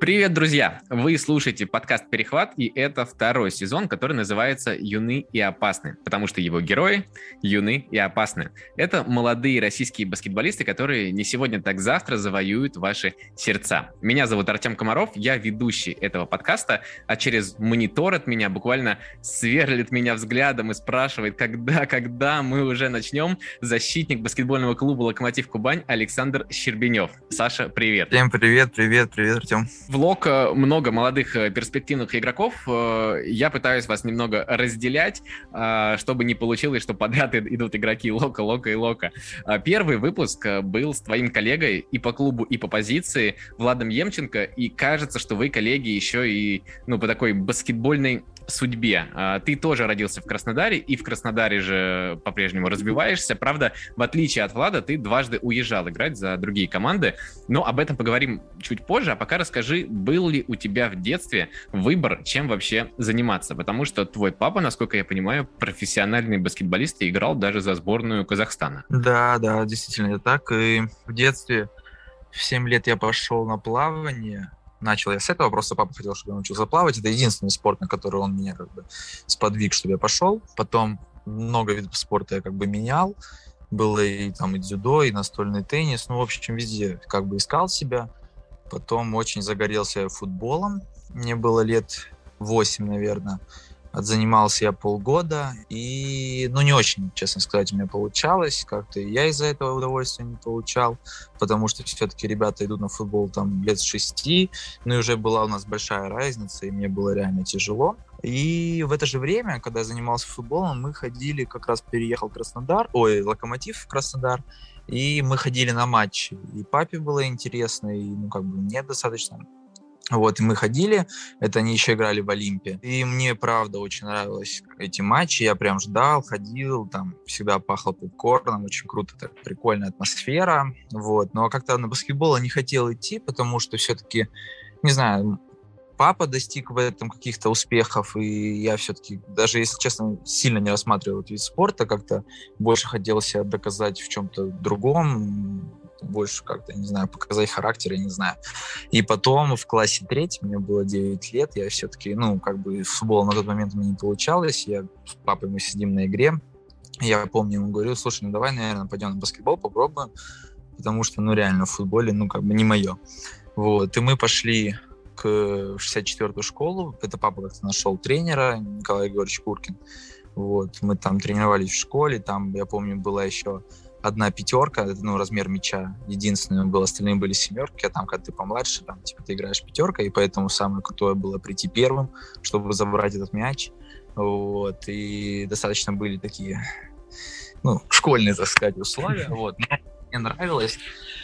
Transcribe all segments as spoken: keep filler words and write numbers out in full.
Привет, друзья! Вы слушаете подкаст «Перехват», и это второй сезон, который называется «Юны и опасны», потому что его герои юны и опасны. Это молодые российские баскетболисты, которые не сегодня, так завтра завоюют ваши сердца. Меня зовут Артем Комаров, я ведущий этого подкаста, а через монитор от меня буквально сверлит меня взглядом и спрашивает, когда, когда мы уже начнем, защитник баскетбольного клуба «Локомотив Кубань» Александр Щербинев. Саша, привет! Всем привет, привет, привет, Артем. Влог много молодых перспективных игроков. Я пытаюсь вас немного разделять, чтобы не получилось, что подряд идут игроки Лока, Лока и Лока. Первый выпуск был с твоим коллегой и по клубу, и по позиции Владом Емченко, и кажется, что вы, коллеги, еще и ну, по такой баскетбольной судьбе. Ты тоже родился в Краснодаре, и в Краснодаре же по-прежнему развиваешься. Правда, в отличие от Влада, ты дважды уезжал играть за другие команды, но об этом поговорим чуть позже, а пока расскажи, был ли у тебя в детстве выбор, чем вообще заниматься? Потому что твой папа, насколько я понимаю, профессиональный баскетболист и играл даже за сборную Казахстана. Да, да, действительно, это так. И в детстве в семь лет я пошел на плавание. Начал я с этого, просто папа хотел, чтобы я научился плавать. Это единственный спорт, на который он меня как бы сподвиг, чтобы я пошел. Потом много видов спорта я как бы менял. Было и там и дзюдо, и настольный теннис. Ну, в общем, везде как бы искал себя. Потом очень загорелся футболом. Мне было лет восемь, наверное. Отзанимался я полгода. И, ну, не очень, честно сказать, у меня получалось. Как-то я из-за этого удовольствия не получал. Потому что все-таки ребята идут на футбол там лет с шести. Ну, и уже была у нас большая разница, и мне было реально тяжело. И в это же время, когда я занимался футболом, мы ходили, как раз переехал в Краснодар, ой, Локомотив в Краснодар, и мы ходили на матчи. И папе было интересно, и, ну, как бы мне достаточно. Вот, и мы ходили, это они еще играли в Олимпе. И мне, правда, очень нравились эти матчи, я прям ждал, ходил, там всегда пахло попкорном, очень круто, так, прикольная атмосфера, вот. Но как-то на баскетбол я не хотел идти, потому что все-таки, не знаю, папа достиг в этом каких-то успехов, и я все-таки, даже если честно, сильно не рассматривал этот вид спорта, как-то больше хотел себя доказать в чем-то другом, больше как-то, не знаю, показать характер, я не знаю. И потом в классе третьем, мне было девять лет, я все-таки, ну, как бы футбол на тот момент у меня не получалось, я с папой, мы сидим на игре, я помню, ему говорю, слушай, ну давай, наверное, пойдем на баскетбол, попробуем, потому что, ну, реально, в футболе, ну, как бы не мое. Вот, и мы пошли в шестьдесят четвёртую школу, это папа как-то нашел тренера, Николай Егорович Куркин, вот, мы там тренировались в школе, там, я помню, была еще одна пятерка, ну, размер мяча единственный был, остальные были семерки, а там, когда ты помладше, там, типа, ты играешь пятеркой, и поэтому самое крутое было прийти первым, чтобы забрать этот мяч, вот, и достаточно были такие, ну, школьные, так сказать, условия, вот, но мне нравилось,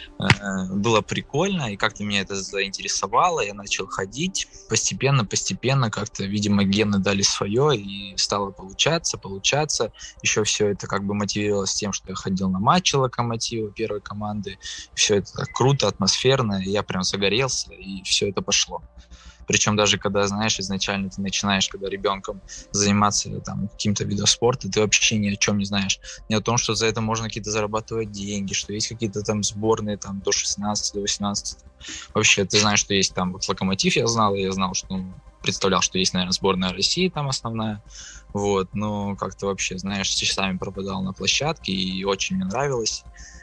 было прикольно, и как-то меня это заинтересовало, я начал ходить, постепенно, постепенно, как-то, видимо, гены дали свое, и стало получаться, получаться, еще все это как бы мотивировалось тем, что я ходил на матчи Локомотива первой команды, все это так круто, атмосферно, и я прям загорелся, и все это пошло. Причем даже когда, знаешь, изначально ты начинаешь, когда ребенком заниматься там каким-то видом спорта, ты вообще ни о чем не знаешь. Не о том, что за это можно какие-то зарабатывать деньги, что есть какие-то там сборные там до шестнадцати, до восемнадцати. Вообще, ты знаешь, что есть там вот Локомотив, я знал, и я знал, что, ну, представлял, что есть, наверное, сборная России там основная. Вот, но как-то вообще, знаешь, часами пропадал на площадке, и очень мне нравилось.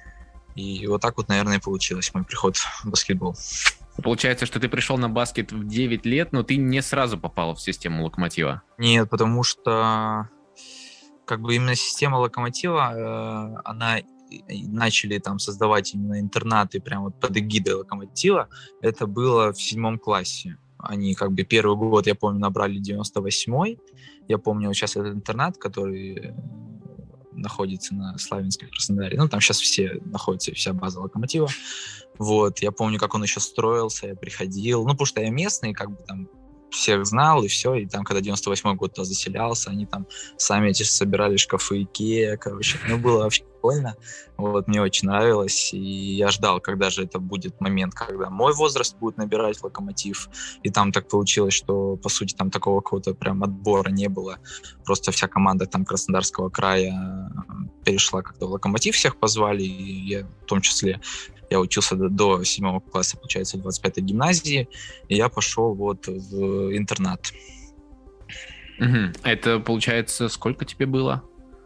И вот так вот, наверное, и получилось мой приход в баскетбол. Получается, что ты пришел на баскет в девять лет, но ты не сразу попал в систему Локомотива. Нет, потому что как бы именно система Локомотива, э, она начали там создавать именно интернаты прямо вот под эгидой Локомотива. Это было в седьмом классе. Они как бы первый год, я помню, набрали девяносто восьмой. Я помню вот сейчас этот интернат, который находится на Славянской, в Краснодаре. Ну, там сейчас все находятся, вся база Локомотива. Вот, я помню, как он еще строился, я приходил. Ну, потому что я местный, как бы там всех знал, и все. И там, когда девяносто восьмой год туда заселялся, они там сами эти собирали шкафы Икеа, короче. Ну, было вообще прикольно. Вот, мне очень нравилось. И я ждал, когда же это будет момент, когда мой возраст будет набирать Локомотив. И там так получилось, что, по сути, там такого какого-то прям отбора не было. Просто вся команда там Краснодарского края перешла как-то в Локомотив, всех позвали, и я в том числе. Я учился до, до седьмого класса, получается, в двадцать пятой гимназии, и я пошел вот в интернат. Угу. Это, получается, сколько тебе было?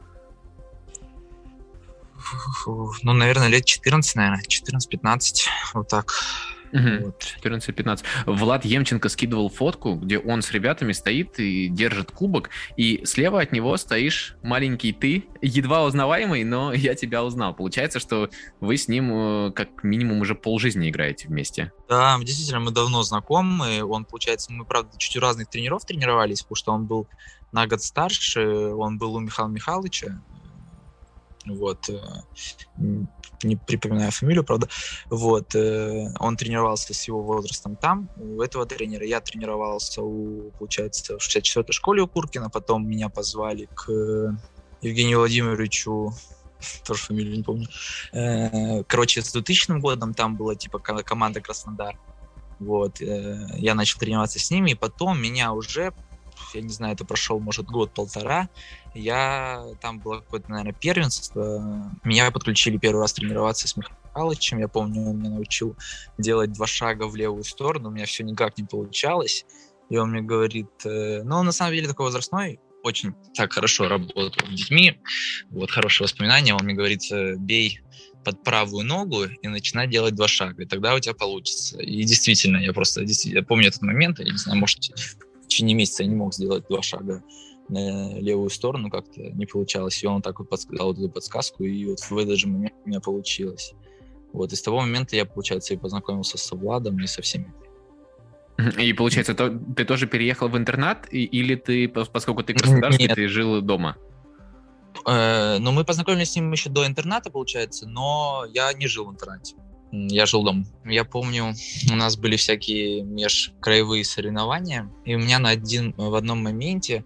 Ну, наверное, лет четырнадцать, наверное, четырнадцать-пятнадцать, вот так. Угу. Вот. четырнадцать-пятнадцать. Влад Емченко скидывал фотку, где он с ребятами стоит и держит кубок, и слева от него стоишь маленький ты, едва узнаваемый, но я тебя узнал. Получается, что вы с ним как минимум уже полжизни играете вместе. Да, действительно, мы давно знакомы. Он, получается, мы, правда, чуть у разных тренеров тренировались, потому что он был на год старше, он был у Михаила Михайловича. Вот, не припоминаю фамилию, правда. Вот, он тренировался с его возрастом там, у этого тренера. Я тренировался, у, получается, в шестьдесят четвёртой школе у Куркина, потом меня позвали к Евгению Владимировичу, тоже фамилию не помню. Короче, с двухтысячным годом там была, типа, команда Краснодар. Вот, я начал тренироваться с ними, и потом меня уже, я не знаю, это прошел, может, год-полтора, я, там было какое-то, наверное, первенство, меня подключили первый раз тренироваться с Михайловичем, я помню, он меня научил делать два шага в левую сторону, у меня все никак не получалось, и он мне говорит, э, ну, он на самом деле такой возрастной, очень так хорошо работал с детьми, вот, хорошие воспоминания, он мне говорит, бей под правую ногу и начинай делать два шага, и тогда у тебя получится. И действительно, я просто, действительно, я помню этот момент, я не знаю, может, в течение месяца я не мог сделать два шага на левую сторону, как-то не получалось. И он так вот подсказал вот эту подсказку, и вот в этот же момент у меня получилось. Вот, и с того момента я, получается, и познакомился со Владом и со всеми. И, получается, то, ты тоже переехал в интернат, и, или ты, поскольку ты краснодарский, Нет. ты жил дома? Э, ну, мы познакомились с ним еще до интерната, получается, но я не жил в интернате. Я жил дома. Я помню, у нас были всякие межкраевые соревнования, и у меня на один, в одном моменте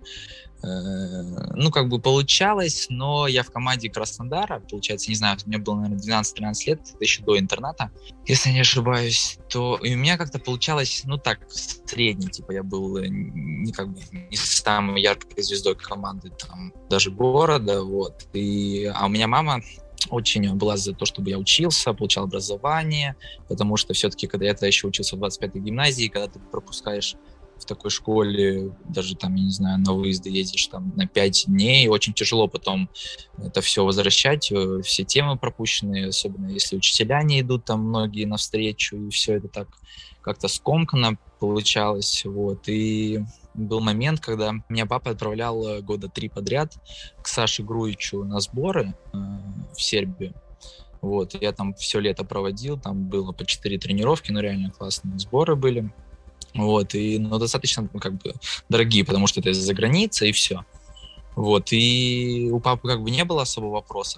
ну, как бы получалось, но я в команде Краснодара, получается, не знаю, мне было, наверное, двенадцать-тринадцать лет, это еще до интерната, если не ошибаюсь, то и у меня как-то получалось, ну, так, средний, типа, я был не как бы не самой яркой звездой команды, там, даже города, вот, и, а у меня мама очень была за то, чтобы я учился, получал образование, потому что все-таки, когда я тогда еще учился в двадцать пятой гимназии, когда ты пропускаешь в такой школе, даже там, я не знаю, на выезды ездишь там на пять дней, очень тяжело потом это все возвращать, все темы пропущенные, особенно если учителя не идут там многие навстречу, и все это так как-то скомканно получалось, вот, и был момент, когда меня папа отправлял года три подряд к Саше Груичу на сборы э, в Сербию. Вот, я там все лето проводил, там было по четыре тренировки, но реально классные сборы были. Вот, и, ну, достаточно, как бы, дорогие, потому что это из-за границы, и все. Вот, и у папы, как бы, не было особо вопросов.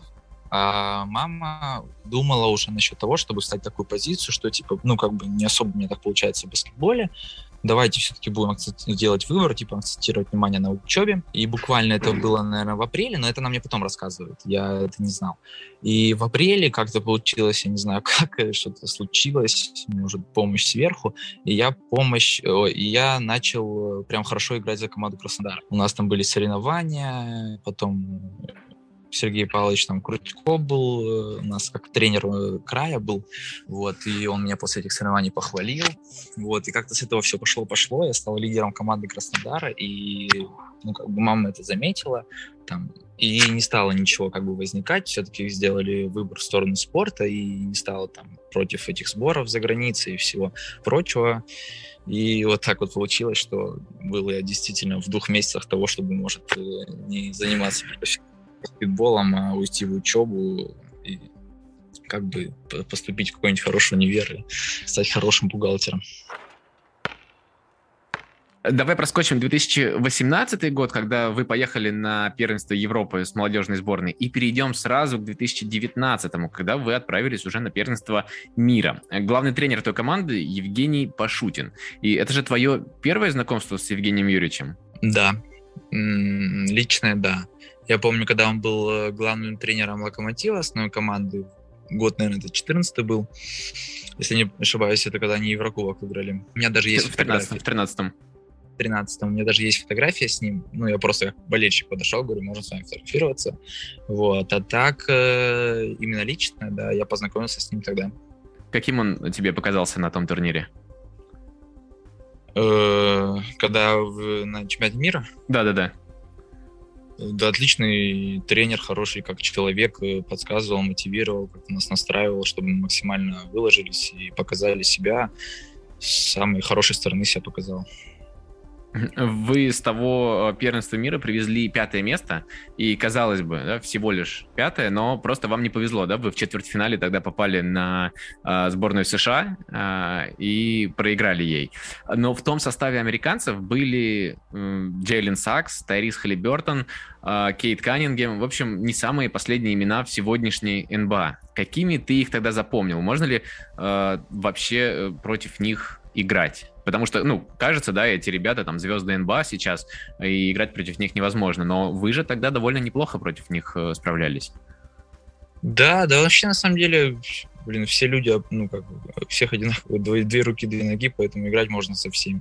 А мама думала уже насчет того, чтобы встать в такую позицию, что, типа, ну, как бы, не особо мне так получается в баскетболе. Давайте все-таки будем делать выбор, типа, акцентировать внимание на учебе. И буквально это было, наверное, в апреле, но это она мне потом рассказывает, я это не знал. И в апреле как-то получилось, я не знаю как, что-то случилось, может, помощь сверху, и я помощь, и я начал прям хорошо играть за команду Краснодара. У нас там были соревнования, потом Сергей Павлович там Крутько был, у нас как тренер края был, вот, и он меня после этих соревнований похвалил, вот, и как-то с этого все пошло-пошло, я стал лидером команды Краснодара, и, ну, как бы мама это заметила, там, и не стало ничего как бы возникать, все-таки сделали выбор в сторону спорта, и не стало там против этих сборов за границей и всего прочего. И вот так вот получилось, что был я действительно в двух месяцах того, чтобы, может, не заниматься баскетболом, а уйти в учебу и как бы поступить в какой-нибудь хороший универ и стать хорошим бухгалтером. Давай проскочим две тысячи восемнадцатый год, когда вы поехали на первенство Европы с молодежной сборной, и перейдем сразу к две тысячи девятнадцатому, когда вы отправились уже на первенство мира. Главный тренер той команды Евгений Пашутин. И это же твое первое знакомство с Евгением Юрьевичем? Да, личное, да. Я помню, когда он был главным тренером «Локомотива», основной команды, год, наверное, это четырнадцатый был, если не ошибаюсь, это когда они Еврокубок выиграли. У меня даже есть в тринадцатом. В тринадцатом. В тринадцатом. У меня даже есть фотография с ним. Ну, я просто как болельщик подошел, говорю, можно с вами фотографироваться. Вот. А так, именно лично, да, я познакомился с ним тогда. Каким он тебе показался на том турнире? Э, Когда в- на чемпионате мира, Да-да-да. да, отличный тренер, хороший как человек, э, подсказывал, мотивировал, как нас настраивал, чтобы мы максимально выложились и показали себя. С самой хорошей стороны себя показал. Вы с того э, первенства мира привезли пятое место, и, казалось бы, да, всего лишь пятое, но просто вам не повезло, да, вы в четвертьфинале тогда попали на э, сборную США э, и проиграли ей. Но в том составе американцев были э, Джейлен Сакс, Тайрис Халибертон, э, Кейт Каннингем, в общем, не самые последние имена в сегодняшней эн би эй. Какими ты их тогда запомнил? Можно ли э, вообще э, против них играть? Потому что, ну, кажется, да, эти ребята, там, звезды эн би эй сейчас, и играть против них невозможно. Но вы же тогда довольно неплохо против них э, справлялись. Да, да, вообще, на самом деле, блин, все люди, ну, как бы, у всех одинаковые, две, две руки, две ноги, поэтому играть можно со всеми.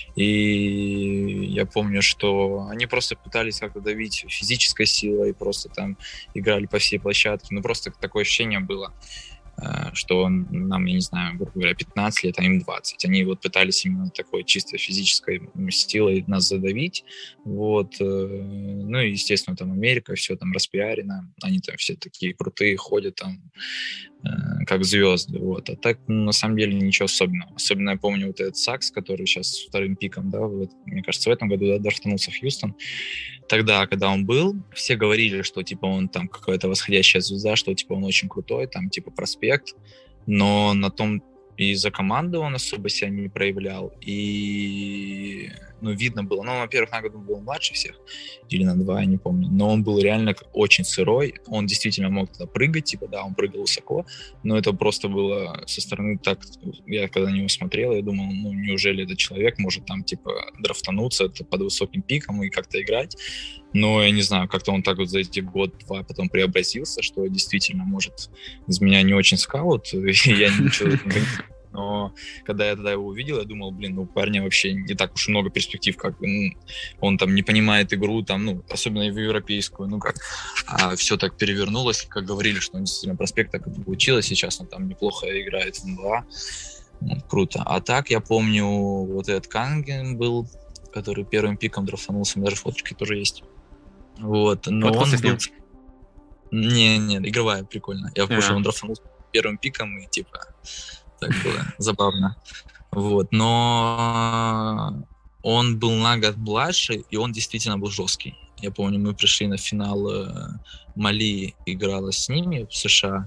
И я помню, что они просто пытались как-то давить физической силой, просто там играли по всей площадке. Ну, просто такое ощущение было, что нам, я не знаю, грубо говоря, пятнадцать лет, а им двадцать. Они вот пытались именно такой чисто физической силой нас задавить. Вот. Ну и, естественно, там Америка, все там распиарено. Они там все такие крутые, ходят там как звезды. Вот. А так, ну, на самом деле, ничего особенного. Особенно я помню вот этот Сакс, который сейчас вторым пиком, да, вот, мне кажется, в этом году, да, драфтанулся в Хьюстон. Тогда, когда он был, все говорили, что, типа, он там какая-то восходящая звезда, что, типа, он очень крутой, там, типа, проспект, но на том и за команду он особо себя не проявлял, и, ну, видно было, ну, во-первых, на году был младше всех, или на два, я не помню, но он был реально очень сырой, он действительно мог туда прыгать, типа, да, он прыгал высоко, но это просто было со стороны так, я когда на него смотрел, я думал, ну, неужели этот человек может там, типа, драфтануться под высоким пиком и как-то играть. Но я не знаю, как-то он так вот за эти год-два потом преобразился, что действительно, может, из меня не очень скаут, я ничего не понимаю. Но когда я тогда его увидел, я думал, блин, ну, у парня вообще не так уж много перспектив, как ну, он там не понимает игру, там, ну, особенно в европейскую, ну, как, а все так перевернулось, как говорили, что он действительно проспект так и получилось, сейчас он там неплохо играет в эн би эй, ну, круто. А так, я помню, вот этот Канген был, который первым пиком драфтанулся, у меня даже фоточки тоже есть. Вот, но Фоткался он с ним? был... Не, не, игровая, прикольно. Я в он драфтанулся первым пиком, и типа так было забавно. Вот, но он был на год младше, и он действительно был жесткий. Я помню, мы пришли на финал, Мали играла с ними в США,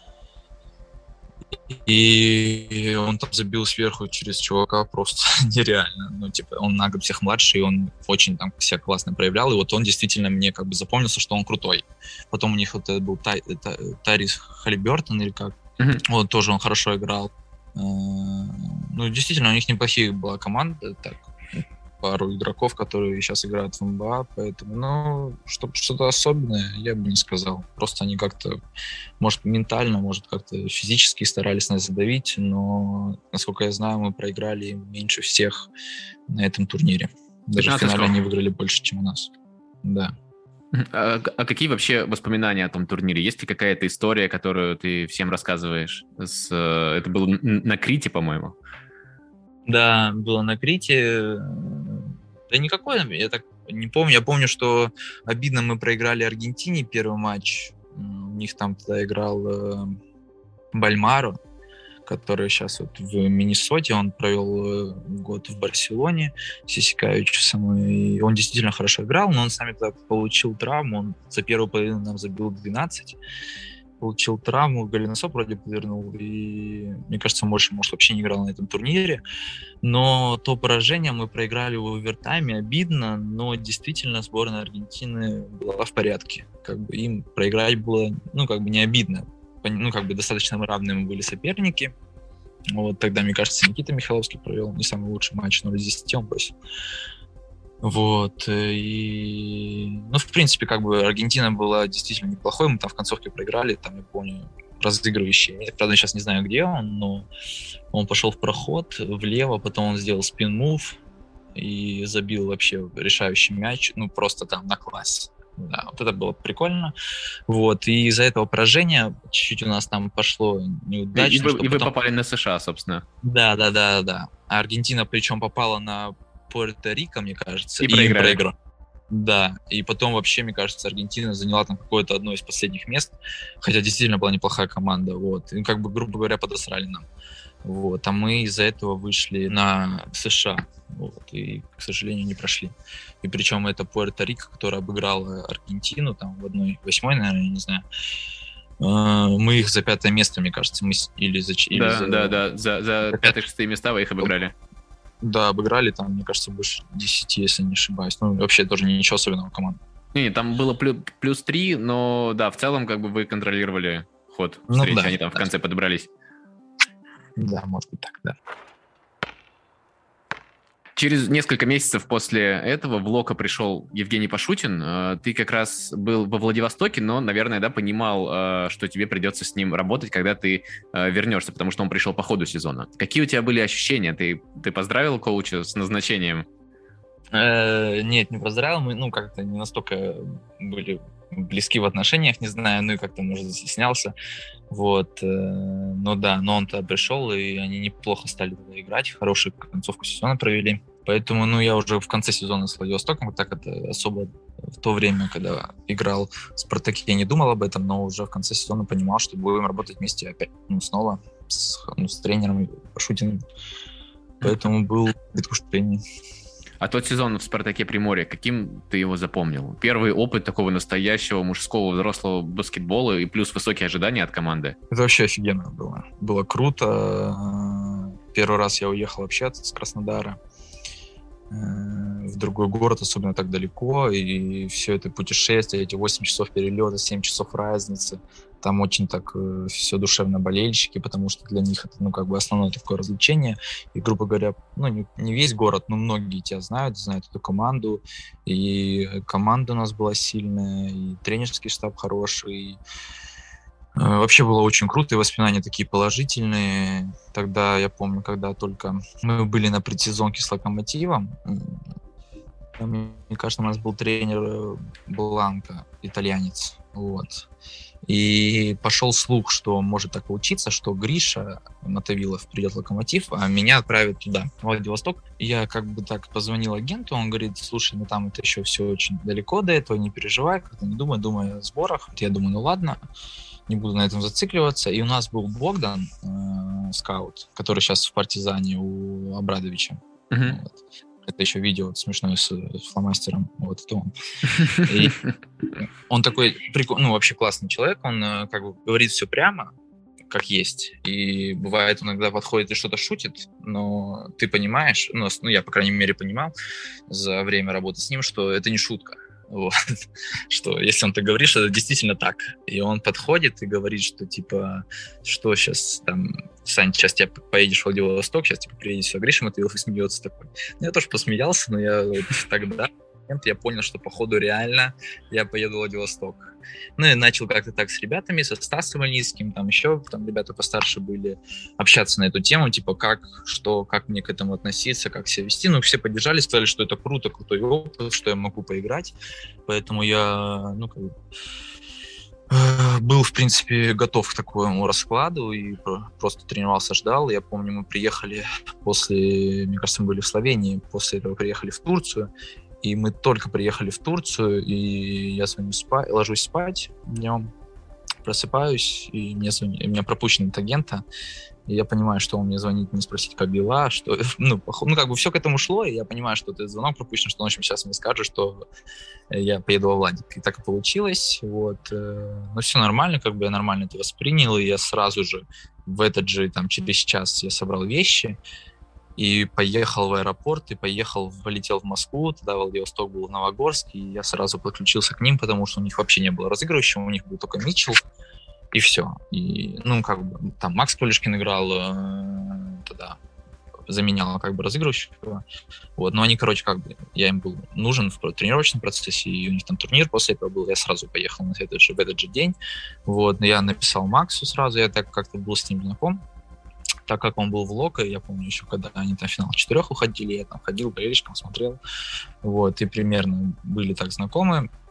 и он там забил сверху через чувака просто нереально. Ну, типа, он на год всех младше, и он очень там себя классно проявлял. И вот он действительно мне как бы запомнился, что он крутой. Потом у них вот был Тай, Тай, Тайрис Халибертон или как. Mm-hmm. Вот тоже он хорошо играл. Ну, действительно, у них неплохие была команда. Так, пару игроков, которые сейчас играют в эн би эй, поэтому, ну, чтобы что-то особенное, я бы не сказал. Просто они как-то, может, ментально, может, как-то физически старались нас задавить, но, насколько я знаю, мы проиграли меньше всех на этом турнире. Даже в финале они выиграли больше, чем у нас. Да. А, а какие вообще воспоминания о том турнире? Есть ли какая-то история, которую ты всем рассказываешь? С, это было на Крите, по-моему. Да, было на Крите. Да никакой, я так не помню. Я помню, что обидно мы проиграли Аргентине первый матч. У них там тогда играл э, Бальмаро, который сейчас вот в Миннесоте. Он провел год в Барселоне с Исикаевичем. И он действительно хорошо играл, но он сам тогда получил травму. Он за первую половину нам забил двенадцать. Получил травму, голеностоп вроде подвернул, и, мне кажется, больше, может, вообще не играл на этом турнире. Но то поражение мы проиграли в овертайме, обидно, но действительно сборная Аргентины была в порядке. Как бы им проиграть было, ну, как бы не обидно. Ну, как бы достаточно равными были соперники. Вот тогда, мне кажется, Никита Михайловский провел не самый лучший матч, ноль из десяти он бросил. Вот, и... Ну, в принципе, как бы Аргентина была действительно неплохой, мы там в концовке проиграли, там, я помню, разыгрывающий, я, правда, сейчас не знаю, где он, но он пошел в проход влево, потом он сделал спин-мув и забил вообще решающий мяч, ну, просто там на классе. Да, вот это было прикольно. Вот, и из-за этого поражения чуть-чуть у нас там пошло неудачно. И, и, вы, и потом... вы попали на США, собственно. Да, да, да, да. А Аргентина, причем, попала на Пуэрто-Рико, мне кажется, И, и проиграли. им проиграл. Да, и потом вообще, мне кажется, Аргентина заняла там какое-то одно из последних мест, хотя действительно была неплохая команда, вот. И как бы, грубо говоря, подосрали нам. Вот, а мы из-за этого вышли на США, вот, и, к сожалению, не прошли. И причем это Пуэрто-Рико, которая обыграла Аргентину там в одной восьмой, наверное, я не знаю. Мы их за пятое место, мне кажется, мы или за... Или да, за... да, да, за, за пятые-шестые места вы их обыграли. Да, обыграли там, мне кажется, больше десяти, если не ошибаюсь. Ну, вообще тоже ничего особенного команда. Не, там было плюс, плюс три, но да, в целом как бы вы контролировали ход Ну, встречи, да, они там да. в конце подобрались. Да, может быть так, да. Через несколько месяцев после этого в Локо пришел Евгений Пашутин. Ты как раз был во Владивостоке, но, наверное, да, понимал, что тебе придется с ним работать, когда ты вернешься, потому что он пришел по ходу сезона. Какие у тебя были ощущения? Ты, ты поздравил коуча с назначением? Э, нет, не поздравил. Мы, ну, как-то не настолько были близки в отношениях, не знаю, ну и как-то, может, застеснялся. Вот. Ну да, но он-то пришел, и они неплохо стали тогда играть, хорошую концовку сезона провели. Поэтому, ну, я уже в конце сезона с Владивостоком, вот так это особо в то время, когда играл в «Спартаке», я не думал об этом, но уже в конце сезона понимал, что будем работать вместе опять, ну, снова с, ну, с тренером Пашутиным. Поэтому был предвкушение. А тот сезон в «Спартаке» Приморье, каким ты его запомнил? Первый опыт такого настоящего мужского взрослого баскетбола и плюс высокие ожидания от команды. Это вообще офигенно было. Было круто. Первый раз я уехал общаться с Краснодара в другой город, особенно так далеко, и все это путешествие, эти восемь часов перелета, семь часов разницы, там очень так э, все душевно болельщики, потому что для них это, ну, как бы основное такое развлечение, и, грубо говоря, ну, не, не весь город, но многие тебя знают, знают эту команду, и команда у нас была сильная, и тренерский штаб хороший, и вообще было очень круто, и воспоминания такие положительные. Тогда, я помню, когда только мы были на предсезонке с «Локомотивом», мне кажется, у нас был тренер Бланко, итальянец. Вот. И пошел слух, что может так получиться, что Гриша Мотовилов придет в «Локомотив», а меня отправят туда, в Владивосток. Я как бы так позвонил агенту, он говорит: слушай, ну там это еще все очень далеко до этого, не переживай, как-то не думай, думай о сборах. Я думаю, ну ладно, не буду на этом зацикливаться. И у нас был Богдан, э, скаут, который сейчас в «Партизане» у Абрадовича. Uh-huh. Вот. Это еще видео вот, смешное с, с фломастером. Вот это он. И он такой прикольный, ну вообще классный человек. Он как бы говорит все прямо, как есть. И бывает, иногда подходит и что-то шутит, но ты понимаешь, ну, ну я, по крайней мере, понимал за время работы с ним, что это не шутка. Вот. Что если он так говорит, что это действительно так. И он подходит и говорит, что типа, что сейчас там, Сань, сейчас тебя поедешь в Владивосток, сейчас типа приедешь сюда, Гриша Мотовилов, и смеется такой. Ну, я тоже посмеялся, но я вот тогда я понял, что походу реально я поеду в Владивосток. Ну и начал как-то так с ребятами, со Стасом Ильницким, там еще там ребята постарше были, общаться на эту тему, типа как, что, как мне к этому относиться, как себя вести. Ну, все поддержали, сказали, что это круто, крутой опыт, что я могу поиграть. Поэтому я, ну, как бы, был, в принципе, готов к такому раскладу и просто тренировался, ждал. Я помню, мы приехали после, мне кажется, мы были в Словении, после этого приехали в Турцию. И мы только приехали в Турцию, и я звоню спать, ложусь спать днем, просыпаюсь, и мне звонит, и у меня пропущен от агента, и я понимаю, что он мне звонит не спросить, как дела, что, ну, ну, как бы все к этому шло, и я понимаю, что этот звонок пропущен, что он, в общем, сейчас мне скажет, что я поеду во Владик. И так и получилось, вот. Но все нормально, как бы я нормально это воспринял, и я сразу же в этот же, там, через час я собрал вещи, и поехал в аэропорт, и поехал, полетел в Москву, тогда Владивосток был в Новогорск, и я сразу подключился к ним, потому что у них вообще не было разыгрывающего, у них был только Митчелл, и все. И, ну, как бы, там Макс Полишкин играл э, тогда, заменял как бы разыгрывающего, вот, но они, короче, как бы, я им был нужен в тренировочном процессе, и у них там турнир после этого был, я сразу поехал на этот же, в этот же день, вот, я написал Максу сразу, я так как-то был с ним знаком, так как он был в Локо, я помню еще, когда они там в финал четырех уходили, я там ходил, болельщиком смотрел, вот, и примерно были так знакомы.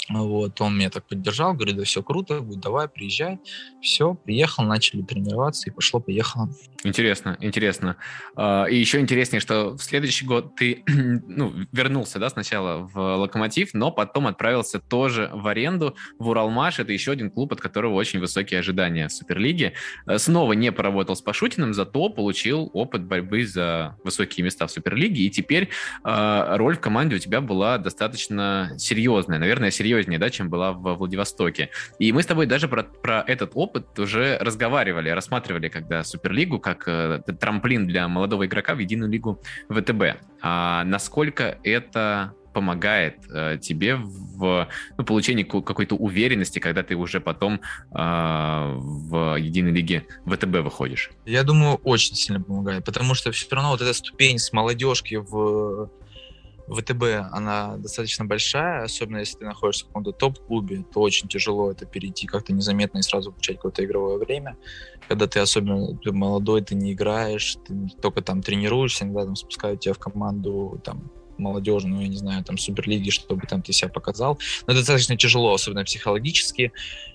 Вот, он меня так поддержал, говорит, да все круто, будет, давай, приезжай. Все, приехал, начали тренироваться, и пошло-поехало. Интересно, интересно. А, И еще интереснее, что в следующий год ты ну, вернулся, да, сначала в «Локомотив», но потом отправился тоже в аренду в «Уралмаш». Это еще один клуб, от которого очень высокие ожидания в Суперлиге. Э, Снова не поработал с Пашутиным, зато получил опыт борьбы за высокие места в Суперлиге. И теперь э, роль в команде у тебя была достаточно серьезная. Наверное, серьезнее, да, чем была в Владивостоке. И мы с тобой даже про, про этот опыт уже разговаривали, рассматривали, когда Суперлигу как э, трамплин для молодого игрока в единую лигу ВТБ. А насколько это помогает э, тебе в ну, получении какой-то уверенности, когда ты уже потом э, в единой лиге ВТБ выходишь? Я думаю, очень сильно помогает, потому что все равно вот эта ступень с молодежки в ВТБ, она достаточно большая, особенно если ты находишься в каком-то топ-клубе, то очень тяжело это перейти как-то незаметно и сразу получать какое-то игровое время. Когда ты особенно ты молодой, ты не играешь, ты только там тренируешься, иногда там спускают тебя в команду там молодежную, я не знаю, там суперлиги, чтобы там ты себя показал. Но это достаточно тяжело, особенно психологически.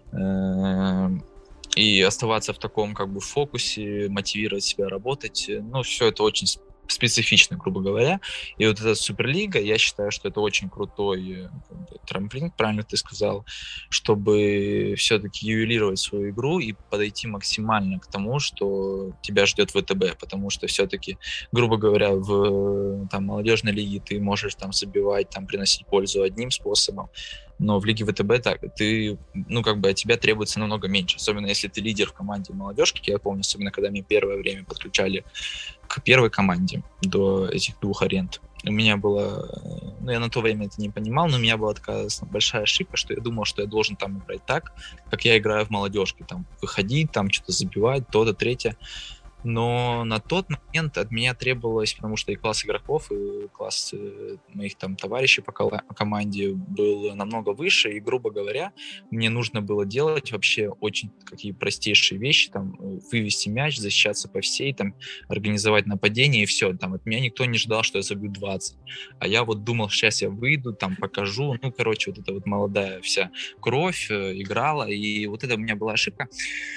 И оставаться в таком как бы фокусе, мотивировать себя работать, ну, все это очень специфично, грубо говоря. И вот эта Суперлига, я считаю, что это очень крутой как бы, трамплин, правильно ты сказал, чтобы все-таки ювелировать свою игру и подойти максимально к тому, что тебя ждет в ВТБ, потому что все-таки, грубо говоря, в там, молодежной лиге ты можешь там забивать, там, приносить пользу одним способом, но в лиге ВТБ так, ты, ну, как бы от тебя требуется намного меньше, особенно если ты лидер в команде молодежки. Я помню, особенно когда меня первое время подключали к первой команде до этих двух аренд. У меня было, ну, я на то время это не понимал, но у меня была такая большая ошибка, что я думал, что я должен там играть так, как я играю в молодежке, там, выходить, там, что-то забивать, то-то, третье. Но на тот момент от меня требовалось, потому что и класс игроков, и класс э, моих там товарищей по команде был намного выше, и, грубо говоря, мне нужно было делать вообще очень какие простейшие вещи, там, вывести мяч, защищаться по всей, там, организовать нападение, и все. Там, от меня никто не ждал, что я забью двадцать. А я вот думал, сейчас я выйду, там, покажу. Ну, короче, вот эта вот молодая вся кровь э, играла, и вот это у меня была ошибка.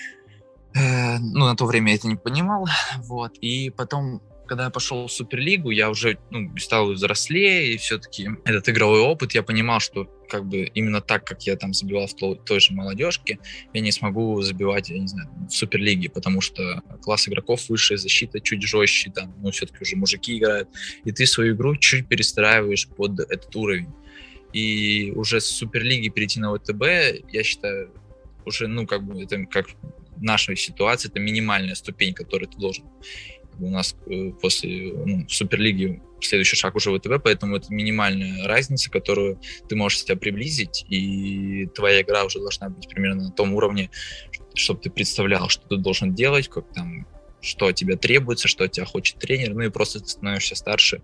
Ну, на то время я это не понимал, вот, и потом, когда я пошел в Суперлигу, я уже, ну, стал взрослее, и все-таки этот игровой опыт, я понимал, что, как бы, именно так, как я там забивал в той, той же молодежке, я не смогу забивать, я не знаю, в Суперлиге, потому что класс игроков выше, защита чуть жестче, там, ну, все-таки уже мужики играют, и ты свою игру чуть перестраиваешь под этот уровень, и уже с Суперлиги перейти на ВТБ, я считаю, уже, ну, как бы, это как в нашей ситуации, это минимальная ступень, которую ты должен. У нас э, после ну, Суперлиги следующий шаг уже ВТБ, поэтому это минимальная разница, которую ты можешь себя приблизить, и твоя игра уже должна быть примерно на том уровне, чтобы ты представлял, что ты должен делать, как там, что от тебя требуется, что от тебя хочет тренер, ну и просто ты становишься старше,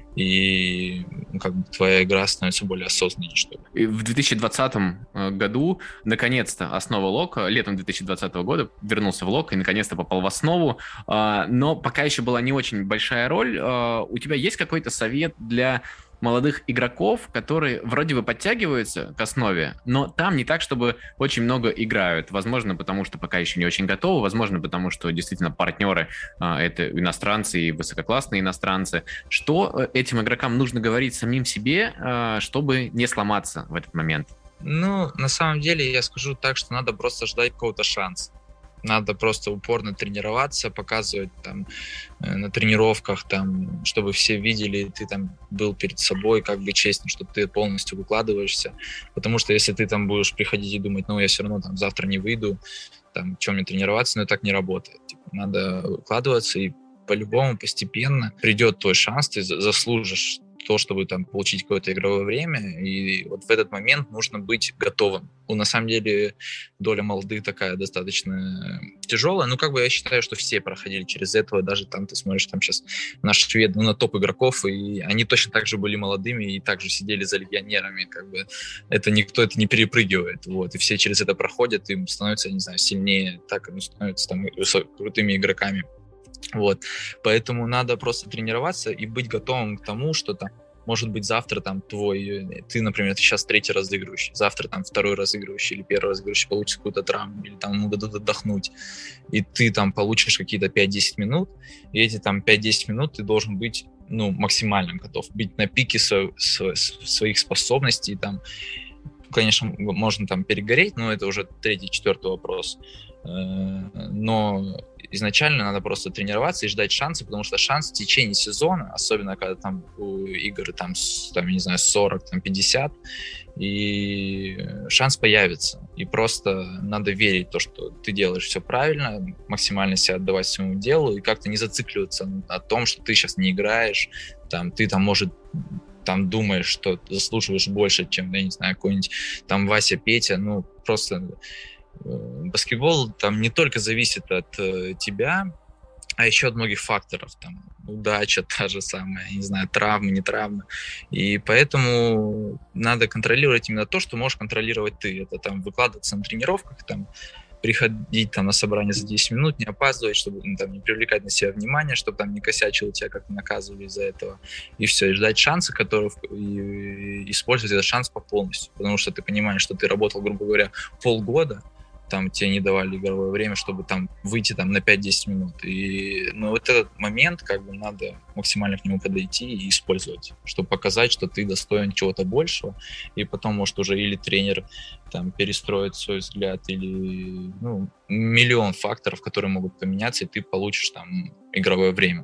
и ну, как бы твоя игра становится более осознанной, что ли. И в две тысячи двадцатом году наконец-то основа Лока, летом две тысячи двадцатого года вернулся в Лок и наконец-то попал в основу, но пока еще была не очень большая роль. У тебя есть какой-то совет для молодых игроков, которые вроде бы подтягиваются к основе, но там не так, чтобы очень много играют. Возможно, потому что пока еще не очень готовы, возможно, потому что действительно партнеры а, это иностранцы и высококлассные иностранцы. Что этим игрокам нужно говорить самим себе, а, чтобы не сломаться в этот момент? Ну, на самом деле, я скажу так, что надо просто ждать какого-то шанса. Надо просто упорно тренироваться, показывать там э, на тренировках, там, чтобы все видели, ты там был перед собой, как бы честно, что ты полностью выкладываешься. Потому что если ты там будешь приходить и думать, ну, я все равно там завтра не выйду, там, чем мне тренироваться, но так не работает. Типа, надо выкладываться, и по-любому постепенно придет твой шанс, ты заслужишь то, чтобы там получить какое-то игровое время, и вот в этот момент нужно быть готовым. Ну, на самом деле доля молодых такая достаточно тяжелая, ну, как бы я считаю, что все проходили через этого, даже там ты смотришь, там сейчас наши шведы, ну, на топ игроков, и они точно так же были молодыми и также сидели за легионерами, как бы это никто это не перепрыгивает, вот, и все через это проходят, и становятся, я не знаю, сильнее, так, ну, становятся там крутыми игроками. Вот, поэтому надо просто тренироваться и быть готовым к тому, что там может быть, завтра там твой, ты, например, ты сейчас третий разыгрывающий, завтра там второй разыгрывающий или первый разыгрывающий получит какую-то травму, или там ему дадут отдохнуть, и ты там получишь какие-то пять-десять минут, и эти там пять-десять минут ты должен быть, ну, максимально готов, быть на пике со, со, своих способностей, там, конечно, можно там перегореть, но это уже третий, четвертый вопрос. Но изначально надо просто тренироваться и ждать шанса, потому что шанс в течение сезона, особенно когда там у игр там, там не знаю, сорок, там пятьдесят, и шанс появится. И просто надо верить в то, что ты делаешь все правильно, максимально себя отдавать своему делу и как-то не зацикливаться на том, что ты сейчас не играешь, там, ты там, может, там думаешь, что заслуживаешь больше, чем, я не знаю, какой-нибудь там Вася, Петя, ну, просто баскетбол там не только зависит от э, тебя, а еще от многих факторов, там, удача та же самая, не знаю, травмы, не травмы, и поэтому надо контролировать именно то, что можешь контролировать ты, это там выкладываться на тренировках, там, приходить там на собрание за десять минут, не опаздывать, чтобы ну, там, не привлекать на себя внимание, чтобы там не косячило, тебя как-то наказывали из-за этого, и все, и ждать шанса, который, и использовать этот шанс по полностью, потому что ты понимаешь, что ты работал, грубо говоря, полгода, там тебе не давали игровое время, чтобы там выйти там на пять-десять минут. И ну, вот этот момент, как бы, надо максимально к нему подойти и использовать, чтобы показать, что ты достоин чего-то большего, и потом, может, уже или тренер там перестроит свой взгляд, или ну, миллион факторов, которые могут поменяться, и ты получишь там игровое время.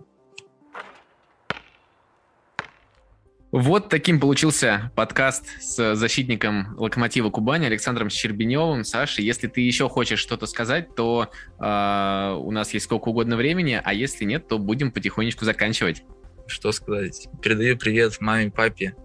Вот таким получился подкаст с защитником «Локомотива Кубани» Александром Щербиневым. Саша, если ты еще хочешь что-то сказать, то э, у нас есть сколько угодно времени, а если нет, то будем потихонечку заканчивать. Что сказать? Передаю привет маме, папе,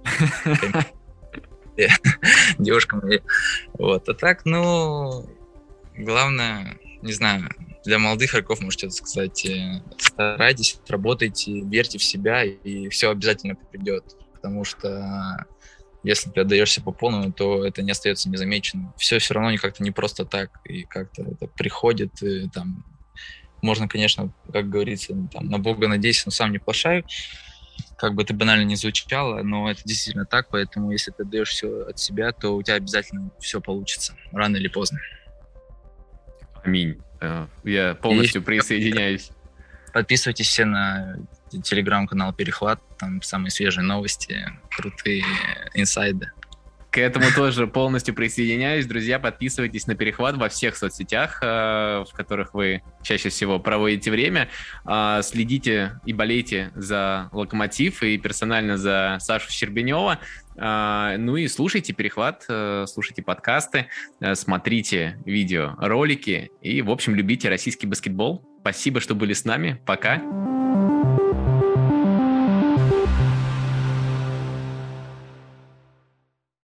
девушкам. Вот. А так, ну, главное, не знаю, для молодых игроков, можете сказать, старайтесь, работайте, верьте в себя, и все обязательно придет. Потому что если ты отдаешься по полному, то это не остается незамеченным. Все все равно как-то не просто так, и как-то это приходит. И, там, можно, конечно, как говорится, там, на Бога надейся, но сам не плашай. Как бы это банально не звучало, но это действительно так, поэтому если ты отдаешь все от себя, то у тебя обязательно все получится, рано или поздно. Аминь. Я полностью и... присоединяюсь. Подписывайтесь все на телеграм-канал «Перехват», там самые свежие новости, крутые инсайды. К этому тоже полностью присоединяюсь. Друзья, подписывайтесь на «Перехват» во всех соцсетях, в которых вы чаще всего проводите время. Следите и болейте за «Локомотив» и персонально за Сашу Щербинева. Ну и слушайте «Перехват», слушайте подкасты, смотрите видеоролики и, в общем, любите российский баскетбол. Спасибо, что были с нами. Пока.